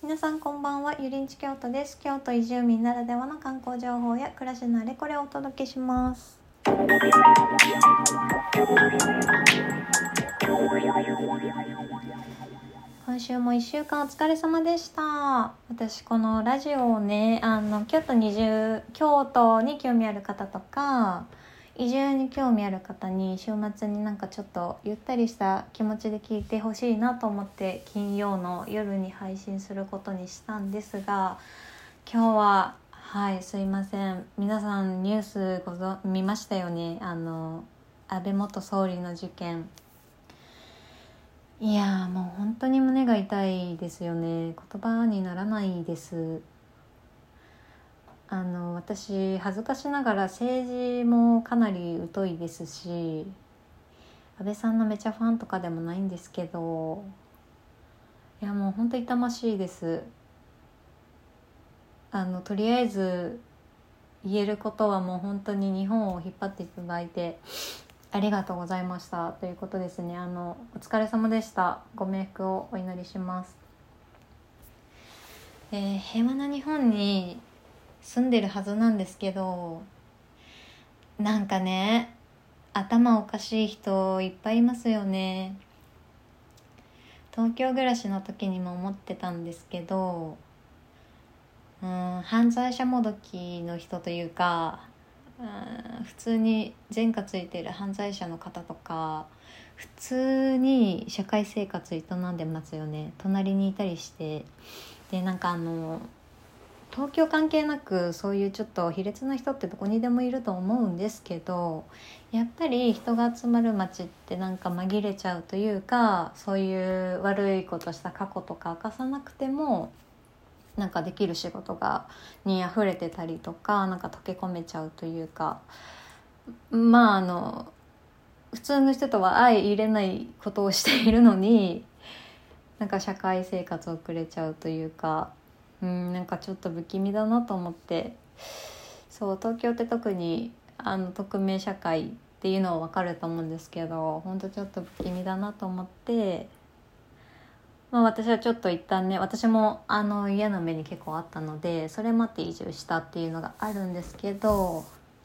皆さんこんばんは。ゆりんち京都です。京都移住民ならではの観光情報や暮らしのあれこれをお届けします。今週も1週間お疲れ様でした。私このラジオをね、京都に興味ある方とか移住に興味ある方に週末になんかちょっとゆったりした気持ちで聞いてほしいなと思って金曜の夜に配信することにしたんですが、今日はすいません、皆さんニュース見ましたよね。安倍元総理の事件。いやもう本当に胸が痛いですよね。言葉にならないです。私恥ずかしながら政治もかなり疎いですし、安倍さんのめちゃファンとかでもないんですけど、いやもう本当痛ましいです。とりあえず言えることはもう本当に日本を引っ張っていただいてありがとうございましたということですね。お疲れ様でした。ご冥福をお祈りします。平和な日本に住んでるはずなんですけど、なんかね、頭おかしい人いっぱいいますよね。東京暮らしの時にも思ってたんですけど、犯罪者もどきの人というか、普通に前科ついてる犯罪者の方とか普通に社会生活営んでますよね。隣にいたりして、でなんか東京関係なくそういうちょっと卑劣な人ってどこにでもいると思うんですけど、やっぱり人が集まる街ってなんか紛れちゃうというか、そういう悪いことした過去とか明かさなくてもなんかできる仕事に溢れてたりとか、なんか溶け込めちゃうというか、普通の人とは相入れないことをしているのになんか社会生活を送れちゃうというか、なんかちょっと不気味だなと思って。そう、東京って特に匿名社会っていうのは分かると思うんですけど、本当ちょっと不気味だなと思って、私はちょっと一旦ね、私も嫌な目に結構あったので、それもあって移住したっていうのがあるんですけど、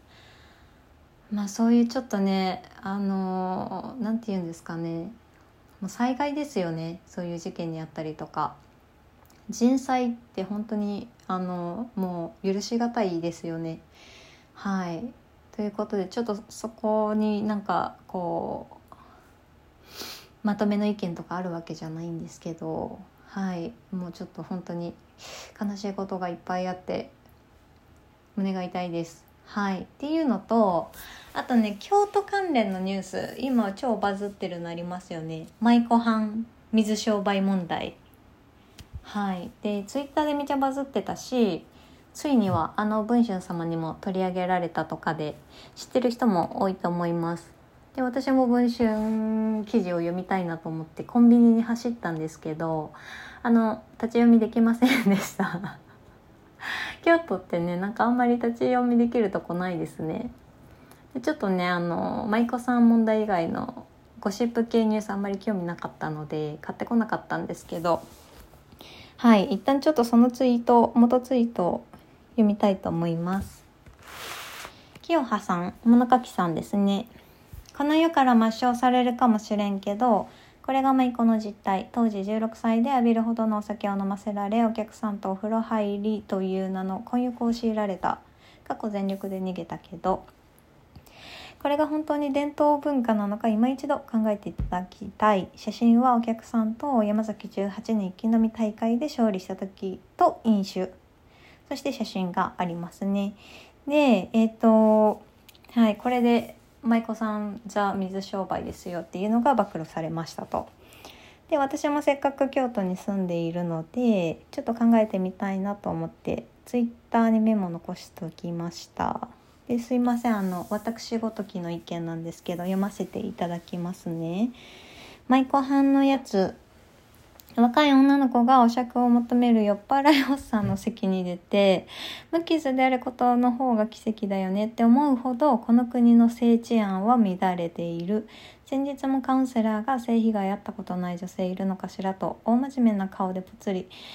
そういうちょっとね、なんて言うんですかね、もう災害ですよね。そういう事件にあったりとか人災って本当にもう許しがたいですよね。ということで、ちょっとそこになんかこうまとめの意見とかあるわけじゃないんですけど、もうちょっと本当に悲しいことがいっぱいあって胸が痛いです。っていうのと、あとね、京都関連のニュース、今超バズってるのありますよね。舞妓藩水商売問題。でツイッターでめちゃバズってたし、ついには文春様にも取り上げられたとかで知ってる人も多いと思います。で私も文春記事を読みたいなと思ってコンビニに走ったんですけど、立ち読みできませんでした京都ってね、なんかあんまり立ち読みできるとこないですね。でちょっとね、舞妓さん問題以外のゴシップ系ニュースあんまり興味なかったので買ってこなかったんですけど、一旦ちょっとその元ツイートを読みたいと思います。清葉さん、物書きさんですね。この世から抹消されるかもしれんけど、これが舞妓の実態。当時16歳で浴びるほどのお酒を飲ませられ、お客さんとお風呂入りという名の混浴を強いられた。過去全力で逃げたけど、これが本当に伝統文化なのか今一度考えていただきたい。写真はお客さんと山崎18年一気飲み大会で勝利した時と飲酒、そして写真がありますね。でこれで舞妓さんザ水商売ですよっていうのが暴露されましたと。で私もせっかく京都に住んでいるのでちょっと考えてみたいなと思ってツイッターにメモ残しておきました。ですいません、私ごときの意見なんですけど読ませていただきますね。舞妓藩のやつ、若い女の子がお酌を求める酔っ払いおっさんの席に出て、無傷であることの方が奇跡だよねって思うほどこの国の性治安は乱れている。先日もカウンセラーが性被害あったことない女性いるのかしらと大真面目な顔でぽつり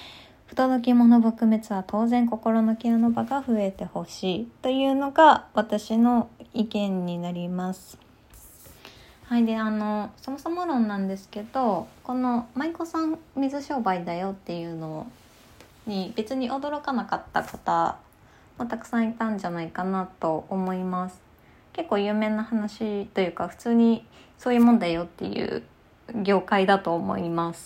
不届き者撲滅は当然心のケアの場が増えてほしいというのが私の意見になります。はい。で、そもそも論なんですけど、この舞妓さん水商売だよっていうのに別に驚かなかった方もたくさんいたんじゃないかなと思います。結構有名な話というか、普通にそういうもんだよっていう業界だと思います。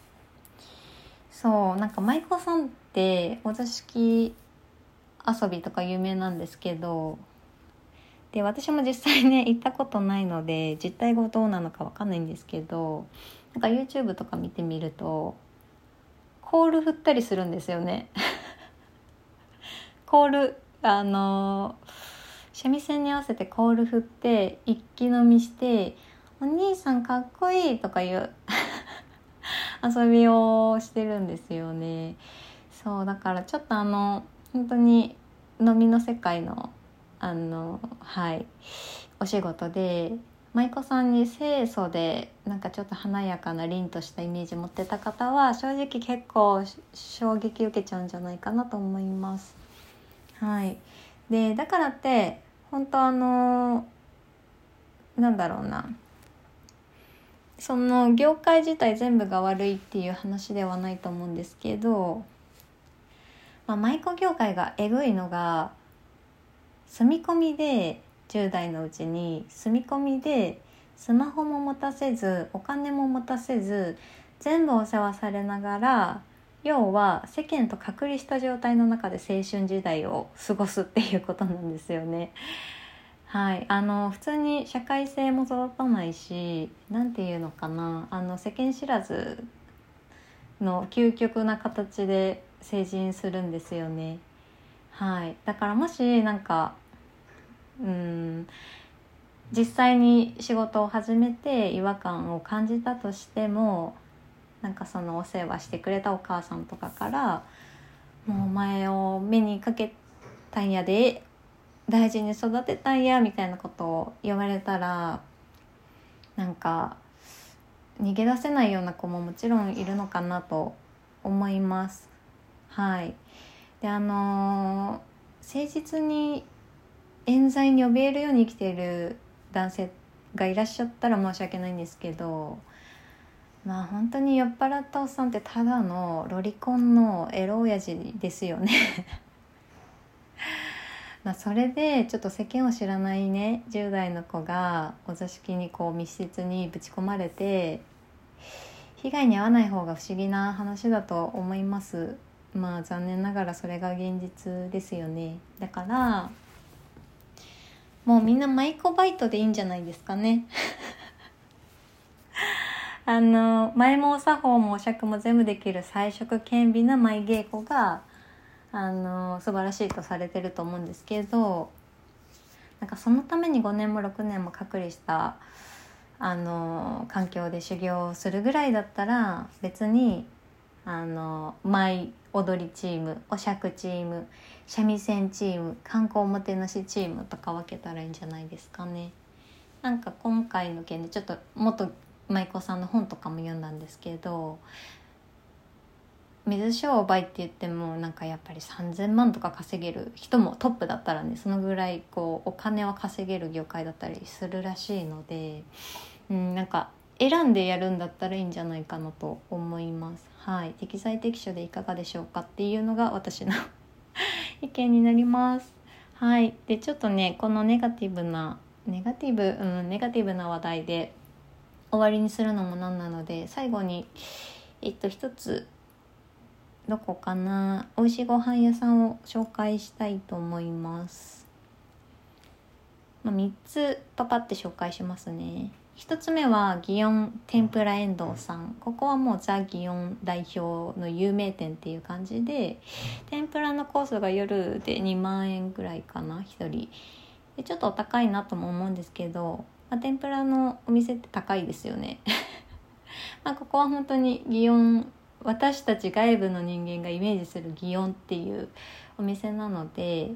そう、なんか舞妓さんってお座敷遊びとか有名なんですけど、で私も実際ね行ったことないので実態がどうなのかわかんないんですけど、なんか YouTube とか見てみるとコール振ったりするんですよねコール三味線に合わせてコール振って一気飲みしてお兄さんかっこいいとかいう遊びをしてるんですよね。そうだからちょっと本当に飲みの世界のはい、お仕事で舞妓さんに清楚でなんかちょっと華やかな凛としたイメージ持ってた方は正直結構衝撃受けちゃうんじゃないかなと思います。はい。でだからって本当なんだろうな、その業界自体全部が悪いっていう話ではないと思うんですけど、舞妓業界がえぐいのが住み込みで10代のうちに住み込みでスマホも持たせずお金も持たせず全部お世話されながら、要は世間と隔離した状態の中で青春時代を過ごすっていうことなんですよね。はい、普通に社会性も育たないし、なんていうのかな、世間知らずの究極な形で成人するんですよね。はい、だからもしなんか実際に仕事を始めて違和感を感じたとしても、なんかそのお世話してくれたお母さんとかからもうお前を目にかけたんやで大事に育てたんやみたいなことを言われたら、なんか逃げ出せないような子ももちろんいるのかなと思います。はい。で誠実に冤罪に怯えるように生きている男性がいらっしゃったら申し訳ないんですけど、本当に酔っ払ったおっさんってただのロリコンのエロ親父ですよねそれでちょっと世間を知らないね10代の子がお座敷にこう密室にぶち込まれて被害に遭わない方が不思議な話だと思います。残念ながらそれが現実ですよね。だからもうみんな舞妓バイトでいいんじゃないですかね前もお作法もお酌も全部できる才色兼備な舞芸妓が素晴らしいとされてると思うんですけど、なんかそのために5年も6年も隔離した環境で修行するぐらいだったら別に舞踊りチーム、お酌チーム、三味線チーム、観光おもてなしチームとか分けたらいいんじゃないですかね。なんか今回の件でちょっと元舞妓さんの本とかも読んだんですけど、水商売って言ってもなんかやっぱり3000万とか稼げる人もトップだったらね、そのぐらいこうお金を稼げる業界だったりするらしいので、なんか選んでやるんだったらいいんじゃないかなと思います。はい、適材適所でいかがでしょうかっていうのが私の意見になります。はい。でちょっとねこのネガティブな話題で終わりにするのもなんなので、最後に一つどこかな、美味しいご飯屋さんを紹介したいと思います。3つパパって紹介しますね。1つ目は祇園天ぷら遠藤さん。ここはもうザ・祇園代表の有名店っていう感じで、天ぷらのコースが夜で2万円ぐらいかな1人で、ちょっとお高いなとも思うんですけど、天ぷらのお店って高いですよねここは本当に祇園、私たち外部の人間がイメージする祇園っていうお店なので、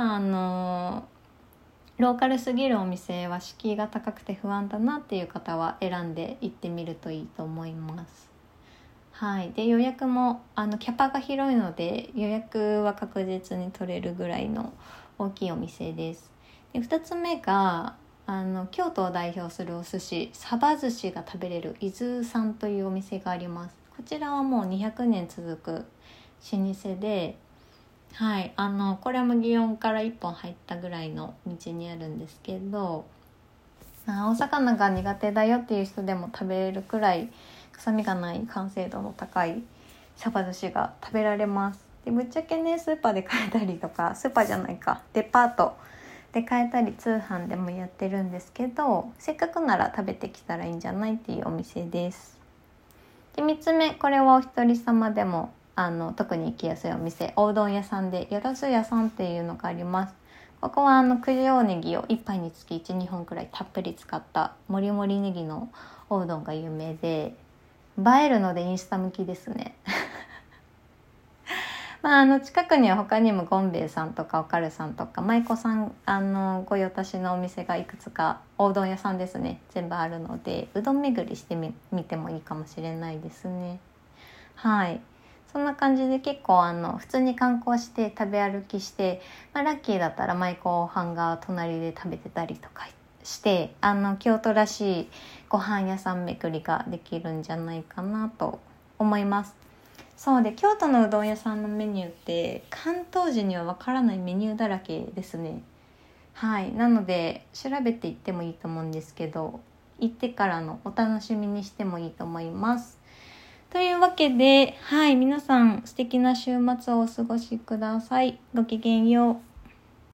ローカルすぎるお店は敷居が高くて不安だなっていう方は選んで行ってみるといいと思います。 はい、で予約もキャパが広いので予約は確実に取れるぐらいの大きいお店です。で2つ目が京都を代表するお寿司サバ寿司が食べれる伊豆さんというお店があります。こちらはもう200年続く老舗で、はい、これも祇園から1本入ったぐらいの道にあるんですけど、お魚が苦手だよっていう人でも食べれるくらい臭みがない完成度の高いサバ寿司が食べられます。でぶっちゃけねスーパーで買えたりとか、スーパーじゃないかデパートで買えたり通販でもやってるんですけど、せっかくなら食べてきたらいいんじゃないっていうお店です。で3つ目、これはお一人様でも特に行きやすいお店、おうどん屋さんでよろず屋さんっていうのがあります。ここは九条ネギを1杯につき 1,2 本くらいたっぷり使ったもりもりネギのおうどんが有名で、映えるのでインスタ向きですね近くには他にもゴンベイさんとかおかるさんとか舞妓さん御用達のお店がいくつか、おうどん屋さんですね、全部あるのでうどん巡りしてみてもいいかもしれないですね。はい、そんな感じで結構普通に観光して食べ歩きして、ラッキーだったら舞妓さんが隣で食べてたりとかして京都らしいご飯屋さん巡りができるんじゃないかなと思います。そうで、京都のうどん屋さんのメニューって関東人にはわからないメニューだらけですね。はい、なので調べていってもいいと思うんですけど、行ってからのお楽しみにしてもいいと思います。というわけで、はい、皆さん素敵な週末をお過ごしください。ごきげんよう。